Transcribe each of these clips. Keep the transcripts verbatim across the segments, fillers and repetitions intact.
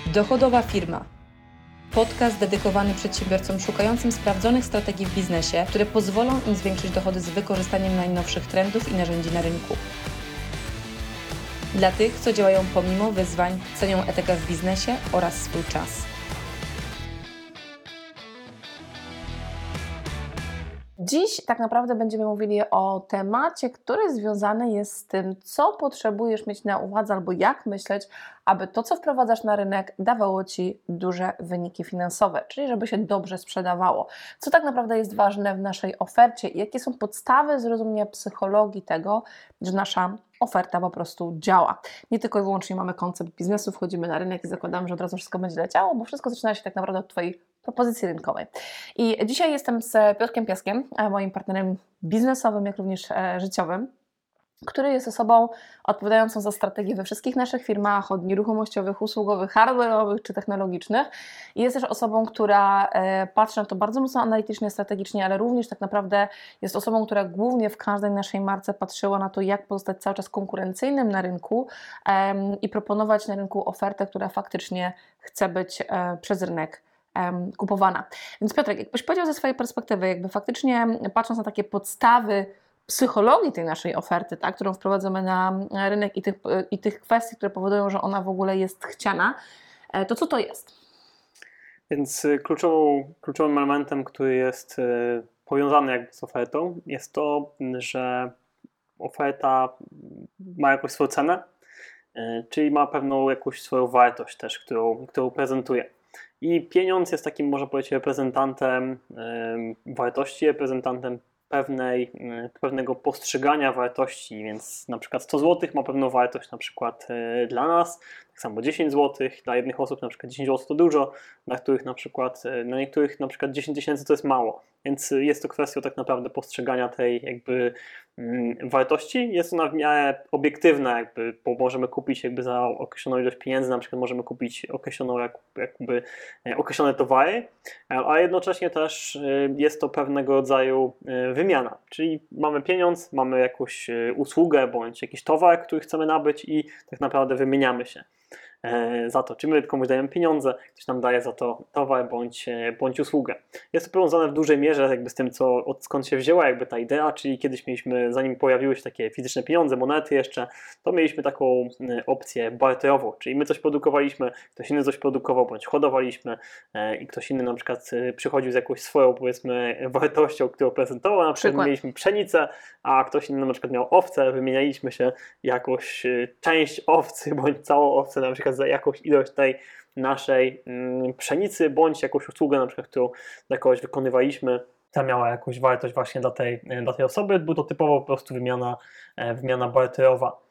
Dochodowa firma. Podcast dedykowany przedsiębiorcom szukającym sprawdzonych strategii w biznesie, które pozwolą im zwiększyć dochody z wykorzystaniem najnowszych trendów i narzędzi na rynku. Dla tych, co działają pomimo wyzwań, cenią etykę w biznesie oraz swój czas. Dziś tak naprawdę będziemy mówili o temacie, który związany jest z tym, co potrzebujesz mieć na uwadze albo jak myśleć, aby to, co wprowadzasz na rynek, dawało Ci duże wyniki finansowe, czyli żeby się dobrze sprzedawało. Co tak naprawdę jest ważne w naszej ofercie i jakie są podstawy zrozumienia psychologii tego, że nasza oferta po prostu działa. Nie tylko i wyłącznie mamy koncept biznesu, wchodzimy na rynek i zakładamy, że od razu wszystko będzie leciało, bo wszystko zaczyna się tak naprawdę od Twojej propozycji rynkowej. I dzisiaj jestem z Piotrkiem Piaskiem, moim partnerem biznesowym, jak również życiowym, który jest osobą odpowiadającą za strategię we wszystkich naszych firmach, od nieruchomościowych, usługowych, hardware'owych czy technologicznych. I jest też osobą, która patrzy na to bardzo mocno analitycznie, strategicznie, ale również tak naprawdę jest osobą, która głównie w każdej naszej marce patrzyła na to, jak pozostać cały czas konkurencyjnym na rynku um, i proponować na rynku ofertę, która faktycznie chce być um, przez rynek um, kupowana. Więc Piotrek, jakbyś powiedział ze swojej perspektywy, jakby faktycznie patrząc na takie podstawy psychologii tej naszej oferty, tak, którą wprowadzamy na rynek i tych, i tych kwestii, które powodują, że ona w ogóle jest chciana, to co to jest? Więc kluczową, kluczowym elementem, który jest powiązany jakby z ofertą, jest to, że oferta ma jakąś swoją cenę, czyli ma pewną jakąś swoją wartość też, którą, którą prezentuje. I pieniądz jest takim, można powiedzieć, reprezentantem wartości, reprezentantem pewnej, pewnego postrzegania wartości, więc na przykład sto złotych ma pewną wartość na przykład dla nas, tak samo dziesięć złotych, dla jednych osób na przykład dziesięć złotych to dużo, dla których na przykład, dla niektórych na przykład dziesięć tysięcy to jest mało, więc jest to kwestią tak naprawdę postrzegania tej jakby wartości. Jest ona w miarę obiektywna, jakby, bo możemy kupić jakby za określoną ilość pieniędzy, na przykład możemy kupić określoną jakby określone towary, a jednocześnie też jest to pewnego rodzaju wymiana, czyli mamy pieniądz, mamy jakąś usługę bądź jakiś towar, który chcemy nabyć i tak naprawdę wymieniamy się za to, czy my komuś dajemy pieniądze, ktoś nam daje za to towar bądź, bądź usługę. Jest to powiązane w dużej mierze jakby z tym, co, od skąd się wzięła jakby ta idea, czyli kiedyś mieliśmy, zanim pojawiły się takie fizyczne pieniądze, monety jeszcze, to mieliśmy taką opcję barterową, czyli my coś produkowaliśmy, ktoś inny coś produkował bądź hodowaliśmy i ktoś inny na przykład przychodził z jakąś swoją, powiedzmy, wartością, którą prezentował, na przykład, przykład. Mieliśmy pszenicę, a ktoś inny na przykład miał owce, wymienialiśmy się jakąś część owcy bądź całą owcę na przykład za jakąś ilość tej naszej pszenicy, bądź jakąś usługę, na przykład, którą dla kogoś wykonywaliśmy, ta miała jakąś wartość właśnie dla tej, dla tej osoby. Był to typowo po prostu wymiana, wymiana barterowa.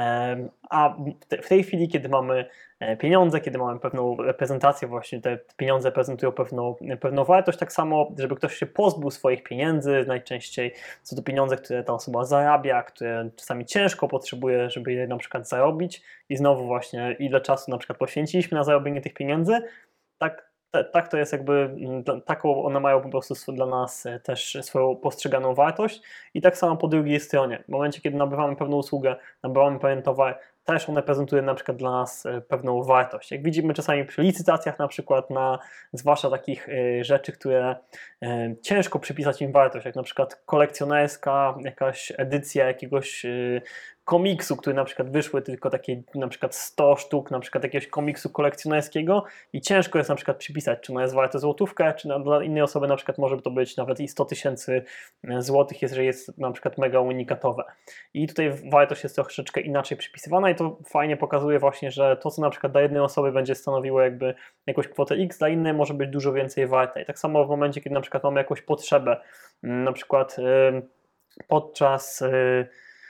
A w tej chwili, kiedy mamy pieniądze, kiedy mamy pewną reprezentację, właśnie te pieniądze prezentują pewną, pewną wartość, tak samo, żeby ktoś się pozbył swoich pieniędzy, najczęściej są to pieniądze, które ta osoba zarabia, które czasami ciężko potrzebuje, żeby je na przykład zarobić i znowu właśnie ile czasu na przykład poświęciliśmy na zarobienie tych pieniędzy, tak Tak, to jest jakby, taką one mają po prostu dla nas też swoją postrzeganą wartość i tak samo po drugiej stronie. W momencie, kiedy nabywamy pewną usługę, nabywamy pewien towar, też one prezentują na przykład dla nas pewną wartość. Jak widzimy czasami przy licytacjach na przykład na zwłaszcza takich rzeczy, które ciężko przypisać im wartość, jak na przykład kolekcjonerska jakaś edycja jakiegoś komiksu, który na przykład wyszły tylko takie na przykład sto sztuk na przykład jakiegoś komiksu kolekcjonerskiego i ciężko jest na przykład przypisać, czy ona jest warta złotówkę, czy na, dla innej osoby na przykład może to być nawet i sto tysięcy złotych, jeżeli jest na przykład mega unikatowe. I tutaj wartość jest troszeczkę inaczej przypisywana i to fajnie pokazuje właśnie, że to, co na przykład dla jednej osoby będzie stanowiło jakby jakąś kwotę X, dla innej może być dużo więcej warte. I tak samo w momencie, kiedy na przykład mamy jakąś potrzebę, na przykład yy, podczas yy,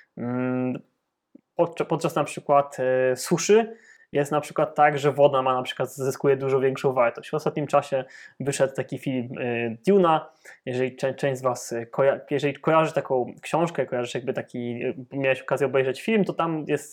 Podczas na przykład y, suszy jest na przykład tak, że woda ma na przykład zyskuje dużo większą wartość. W ostatnim czasie wyszedł taki film y, Duna. Jeżeli cze- część z Was koja- jeżeli kojarzy taką książkę, kojarzysz jakby taki, miałeś okazję obejrzeć film, to tam jest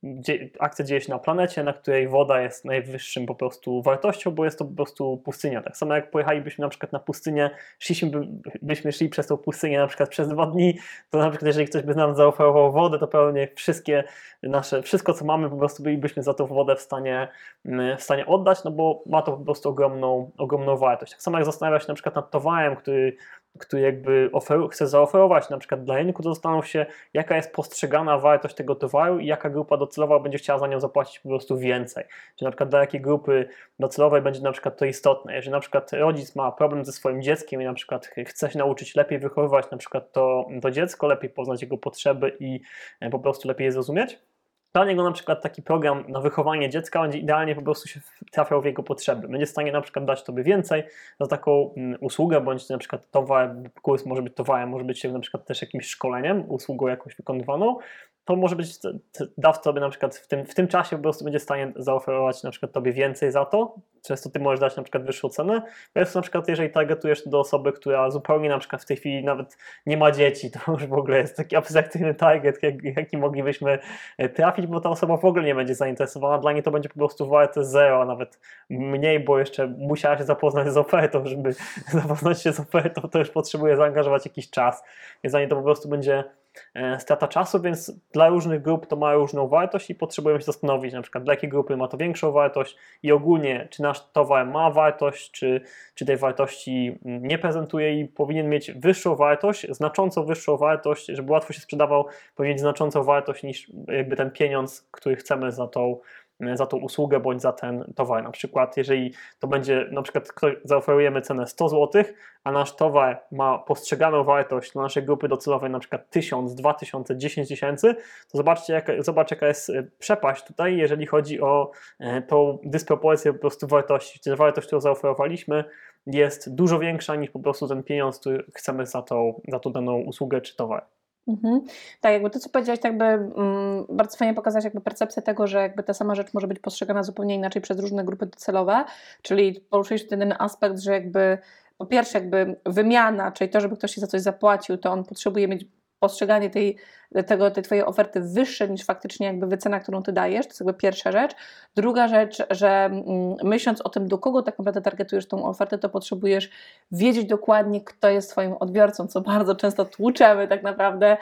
dzie- akcja dzieje się na planecie, na której woda jest najwyższym po prostu wartością, bo jest to po prostu pustynia. Tak samo jak pojechalibyśmy na przykład na pustynię, szliśmy, byśmy szli przez tą pustynię na przykład przez dwa dni, to na przykład jeżeli ktoś by nam zaoferował wodę, to pewnie wszystkie nasze, wszystko co mamy po prostu bylibyśmy za tą wodę w stanie, w stanie oddać, no bo ma to po prostu ogromną, ogromną wartość. Tak samo jak zastanawiać się na przykład nad towarem, który który jakby oferu, chce zaoferować na przykład dla rynku, to zastanów się, jaka jest postrzegana wartość tego towaru i jaka grupa docelowa będzie chciała za nią zapłacić po prostu więcej. Czy na przykład dla jakiej grupy docelowej będzie na przykład to istotne. Jeżeli na przykład rodzic ma problem ze swoim dzieckiem i na przykład chce się nauczyć lepiej wychowywać na przykład to, to dziecko, lepiej poznać jego potrzeby i po prostu lepiej je zrozumieć, dla niego na przykład taki program na wychowanie dziecka będzie idealnie po prostu się trafiał w jego potrzeby. Będzie w stanie na przykład dać Tobie więcej za taką usługę, bądź na przykład towar, kurs może być towarem, może być na przykład też jakimś szkoleniem, usługą jakąś wykonywaną. To może być, dawca Tobie na przykład w tym, w tym czasie po prostu będzie w stanie zaoferować na przykład Tobie więcej za to. Często Ty możesz dać na przykład wyższą cenę. Jest na przykład, jeżeli targetujesz to do osoby, która zupełnie na przykład w tej chwili nawet nie ma dzieci, to już w ogóle jest taki abstrakcyjny target, jak, jaki moglibyśmy trafić, bo ta osoba w ogóle nie będzie zainteresowana. Dla niej to będzie po prostu warte zero, a nawet mniej, bo jeszcze musiała się zapoznać z ofertą. Żeby zapoznać się z ofertą, to już potrzebuje zaangażować jakiś czas. Więc dla niej to po prostu będzie strata czasu, więc dla różnych grup to ma różną wartość i potrzebujemy się zastanowić, na przykład dla jakiej grupy ma to większą wartość i ogólnie, czy nasz towar ma wartość, czy, czy tej wartości nie prezentuje i powinien mieć wyższą wartość, znacząco wyższą wartość, żeby łatwo się sprzedawał, powinien mieć znaczącą wartość niż jakby ten pieniądz, który chcemy za tą za tą usługę bądź za ten towar. Na przykład jeżeli to będzie, na przykład ktoś, zaoferujemy cenę sto złotych, a nasz towar ma postrzeganą wartość dla naszej grupy docelowej na przykład tysiąc, dwa tysiące, dziesięć tysięcy, to zobaczcie, jaka, zobacz jaka jest przepaść tutaj, jeżeli chodzi o tą dysproporcję po prostu wartości. Czyli wartość, którą zaoferowaliśmy, jest dużo większa niż po prostu ten pieniądz, który chcemy za tą, za tą daną usługę czy towar. Mhm. Tak, jakby to, co powiedziałeś, tak jakby mm, bardzo fajnie pokazać jakby percepcję tego, że jakby ta sama rzecz może być postrzegana zupełnie inaczej przez różne grupy docelowe, czyli poruszyłeś tutaj ten aspekt, że jakby po pierwsze jakby wymiana, czyli to, żeby ktoś ci za coś zapłacił, to on potrzebuje mieć postrzeganie tej, tego, tej twojej oferty wyższe niż faktycznie jakby wycena, którą ty dajesz, to jest jakby pierwsza rzecz. Druga rzecz, że mm, myśląc o tym, do kogo tak naprawdę targetujesz tą ofertę, to potrzebujesz wiedzieć dokładnie, kto jest twoim odbiorcą, co bardzo często tłuczemy tak naprawdę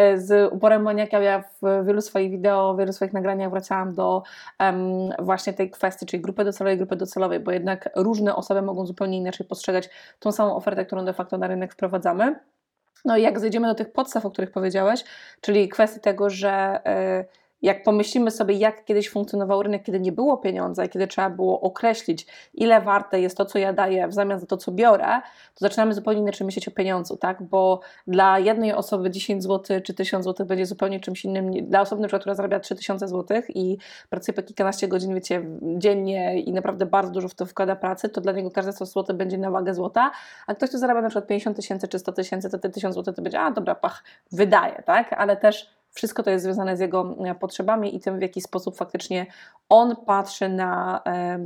z uporem maniaka. Ja w wielu swoich wideo, w wielu swoich nagraniach wracałam do um, właśnie tej kwestii, czyli grupy docelowej, grupy docelowej, bo jednak różne osoby mogą zupełnie inaczej postrzegać tą samą ofertę, którą de facto na rynek wprowadzamy. No i jak zejdziemy do tych podstaw, o których powiedziałeś, czyli kwestii tego, że y, jak pomyślimy sobie, jak kiedyś funkcjonował rynek, kiedy nie było pieniądza i kiedy trzeba było określić, ile warte jest to, co ja daję w zamian za to, co biorę, to zaczynamy zupełnie inaczej myśleć o pieniądzu, tak? Bo dla jednej osoby dziesięć złotych czy tysiąc złotych będzie zupełnie czymś innym. Dla osoby, na przykład, która zarabia trzy tysiące złotych i pracuje po kilkanaście godzin, wiecie, dziennie i naprawdę bardzo dużo w to wkłada pracy, to dla niego każde sto złotych będzie na wagę złota, a ktoś, kto zarabia na przykład pięćdziesiąt tysięcy czy sto tysięcy, to te tysiąc złotych to będzie, a dobra, pach, wydaje, tak? Ale też wszystko to jest związane z jego potrzebami i tym, w jaki sposób faktycznie on patrzy na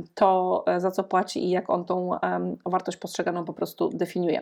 to, za co płaci i jak on tą wartość postrzeganą po prostu definiuje.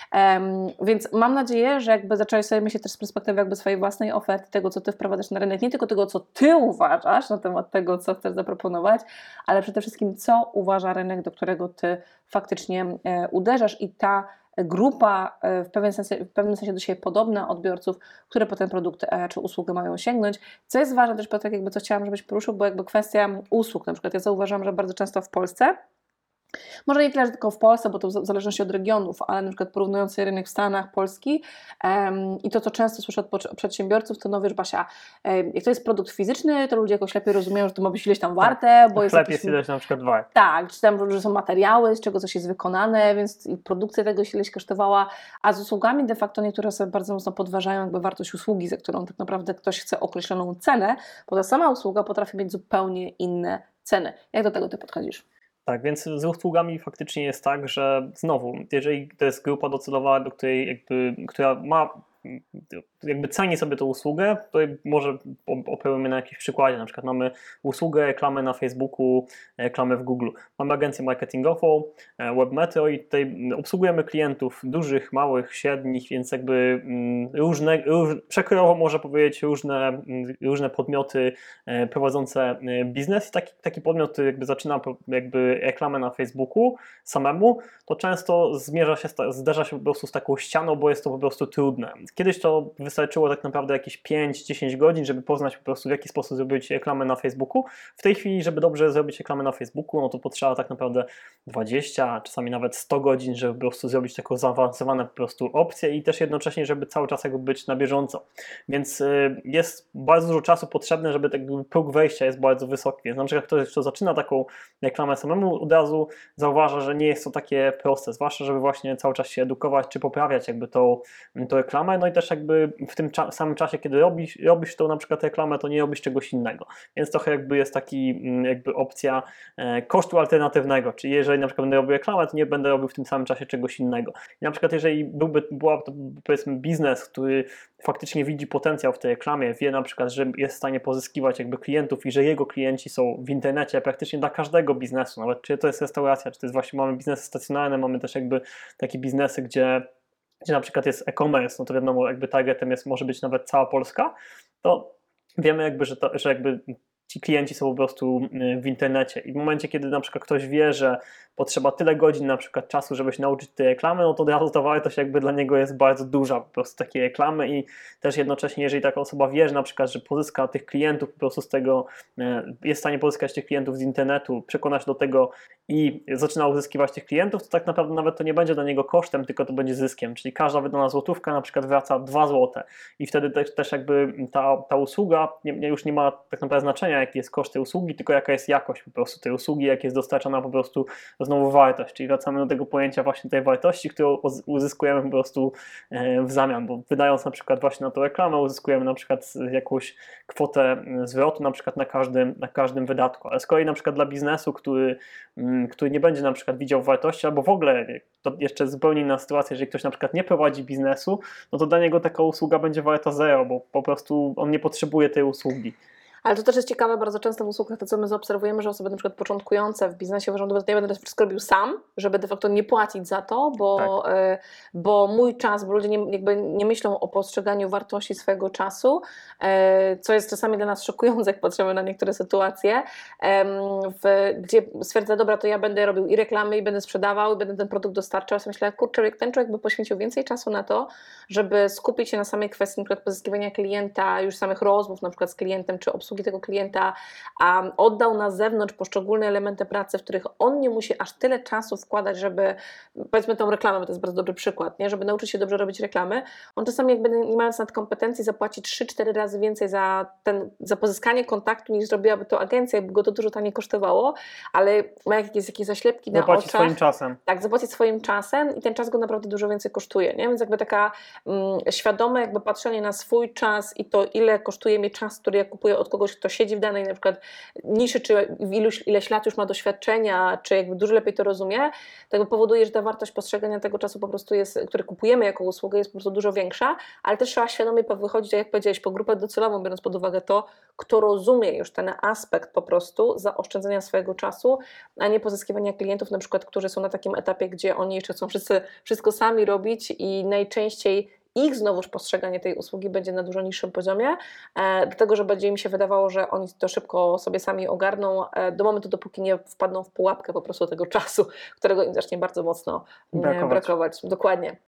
Więc mam nadzieję, że jakby zacząłeś sobie myśleć też z perspektywy jakby swojej własnej oferty, tego, co ty wprowadzasz na rynek, nie tylko tego, co ty uważasz na temat tego, co chcesz zaproponować, ale przede wszystkim, co uważa rynek, do którego ty faktycznie uderzasz i ta grupa w pewnym sensie, w pewnym sensie do siebie podobna odbiorców, które po ten produkt czy usługę mają sięgnąć. Co jest ważne też, Piotrek, jakby co chciałam, żebyś poruszył, bo jakby kwestia usług, na przykład ja zauważyłam, że bardzo często w Polsce, może nie tyle, że tylko w Polsce, bo to w zależności od regionów, ale na przykład porównując rynek w Stanach, Polski um, i to, co często słyszę od przedsiębiorców, to no wiesz, Basia, um, jak to jest produkt fizyczny, to ludzie jakoś lepiej rozumieją, że to ma być ileś tam warte, tak, bo jest lepiej jakiś... jest ileś na przykład warte. Tak, czy tam, że są materiały, z czego coś jest wykonane, więc i produkcja tego się ileś kosztowała, a z usługami de facto niektóre osoby bardzo mocno podważają jakby wartość usługi, za którą tak naprawdę ktoś chce określoną cenę, bo ta sama usługa potrafi mieć zupełnie inne ceny. Jak do tego ty podchodzisz? Tak, więc z usługami faktycznie jest tak, że znowu, jeżeli to jest grupa docelowa, do której jakby, która ma jakby ceni sobie tą usługę, to może operujemy na jakimś przykładzie, na przykład mamy usługę reklamy na Facebooku, reklamy w Google. Mamy agencję marketingową, Webmetro i tutaj obsługujemy klientów dużych, małych, średnich, więc jakby różne, róż, przekrojowo można powiedzieć różne, różne podmioty prowadzące biznes i taki, taki podmiot, który jakby zaczyna jakby reklamę na Facebooku samemu, to często zmierza się, zderza się po prostu z taką ścianą, bo jest to po prostu trudne. Kiedyś to wystarczyło tak naprawdę jakieś pięć do dziesięciu godzin, żeby poznać po prostu w jaki sposób zrobić reklamę na Facebooku. W tej chwili, żeby dobrze zrobić reklamę na Facebooku, no to potrzeba tak naprawdę dwadzieścia, czasami nawet sto godzin, żeby po prostu zrobić taką zaawansowane po prostu opcje i też jednocześnie, żeby cały czas jakby być na bieżąco. Więc jest bardzo dużo czasu potrzebne, żeby ten próg wejścia jest bardzo wysoki. Więc na przykład ktoś, kto zaczyna taką reklamę samemu, od razu zauważa, że nie jest to takie proste, zwłaszcza, żeby właśnie cały czas się edukować, czy poprawiać jakby tą, tą reklamę, no i też jakby w tym cza- samym czasie, kiedy robisz, robisz tą na przykład reklamę, to nie robisz czegoś innego. Więc trochę jakby jest taki jakby opcja e, kosztu alternatywnego, czyli jeżeli na przykład będę robił reklamę, to nie będę robił w tym samym czasie czegoś innego. I na przykład jeżeli byłby, była to powiedzmy biznes, który faktycznie widzi potencjał w tej reklamie, wie na przykład, że jest w stanie pozyskiwać jakby klientów i że jego klienci są w internecie praktycznie dla każdego biznesu, nawet czy to jest restauracja, czy to jest właśnie, mamy biznesy stacjonarne, mamy też jakby takie biznesy, gdzie, gdzie na przykład jest e-commerce, no to wiadomo, jakby targetem jest, może być nawet cała Polska, to wiemy jakby, że, to, że jakby ci klienci są po prostu w internecie i w momencie, kiedy na przykład ktoś wie, że potrzeba tyle godzin na przykład czasu, żeby się nauczyć tej reklamy, no to od razu ta wartość jakby dla niego jest bardzo duża po prostu takiej reklamy i też jednocześnie, jeżeli taka osoba wie, że na przykład, że pozyska tych klientów po prostu z tego, jest w stanie pozyskać tych klientów z internetu, przekonać do tego i zaczyna uzyskiwać tych klientów, to tak naprawdę nawet to nie będzie dla niego kosztem, tylko to będzie zyskiem, czyli każda wydana złotówka na przykład wraca dwa złote i wtedy też, też jakby ta, ta usługa nie, już nie ma tak naprawdę znaczenia, jaki jest koszt tej usługi, tylko jaka jest jakość po prostu tej usługi, jak jest dostarczana po prostu znowu wartość, czyli wracamy do tego pojęcia właśnie tej wartości, którą uzyskujemy po prostu w zamian, bo wydając na przykład właśnie na tą reklamę uzyskujemy na przykład jakąś kwotę zwrotu na przykład na każdym, na każdym wydatku, ale z kolei na przykład dla biznesu, który, który nie będzie na przykład widział wartości, albo w ogóle to jeszcze zupełnie inna sytuacja, jeżeli ktoś na przykład nie prowadzi biznesu, no to dla niego taka usługa będzie warta zero, bo po prostu on nie potrzebuje tej usługi. Ale to też jest ciekawe, bardzo często w usługach to, co my zaobserwujemy, że osoby na przykład początkujące w biznesie uważają, że ja będę to wszystko robił sam, żeby de facto nie płacić za to, bo, tak. y, bo mój czas, bo ludzie nie, jakby nie myślą o postrzeganiu wartości swojego czasu, y, co jest czasami dla nas szokujące, jak patrzymy na niektóre sytuacje, y, w, gdzie stwierdza, dobra, to ja będę robił i reklamy, i będę sprzedawał, i będę ten produkt dostarczał. Ja myślę, kurczę, jak ten człowiek by poświęcił więcej czasu na to, żeby skupić się na samej kwestii na przykład pozyskiwania klienta, już samych rozmów na przykład z klientem, czy obsługi tego klienta, a oddał na zewnątrz poszczególne elementy pracy, w których on nie musi aż tyle czasu wkładać, żeby, powiedzmy tą reklamę, bo to jest bardzo dobry przykład, nie? Żeby nauczyć się dobrze robić reklamy, on czasami jakby nie mając nadkompetencji zapłaci trzy cztery razy więcej za, ten, za pozyskanie kontaktu, niż zrobiłaby to agencja, jakby go to dużo taniej kosztowało, ale ma jakieś, jakieś zaślepki na oczach. Zapłacić swoim czasem. Tak, zapłacić swoim czasem i ten czas go naprawdę dużo więcej kosztuje, nie? Więc jakby taka mm, świadome jakby patrzenie na swój czas i to, ile kosztuje mnie czas, który ja kupuję od kogoś, kto siedzi w danej na przykład niszy, czy w iluś, ileś lat już ma doświadczenia, czy jakby dużo lepiej to rozumie, to jakby powoduje, że ta wartość postrzegania tego czasu po prostu jest, który kupujemy jako usługę, jest po prostu dużo większa, ale też trzeba świadomie wychodzić, jak powiedziałeś, po grupę docelową, biorąc pod uwagę to, kto rozumie już ten aspekt po prostu zaoszczędzania swojego czasu, a nie pozyskiwania klientów na przykład, którzy są na takim etapie, gdzie oni jeszcze chcą wszyscy wszystko sami robić i najczęściej ich znowuż postrzeganie tej usługi będzie na dużo niższym poziomie, e, dlatego, że będzie im się wydawało, że oni to szybko sobie sami ogarną e, do momentu, dopóki nie wpadną w pułapkę po prostu tego czasu, którego im zacznie bardzo mocno brakować. brakować. Dokładnie.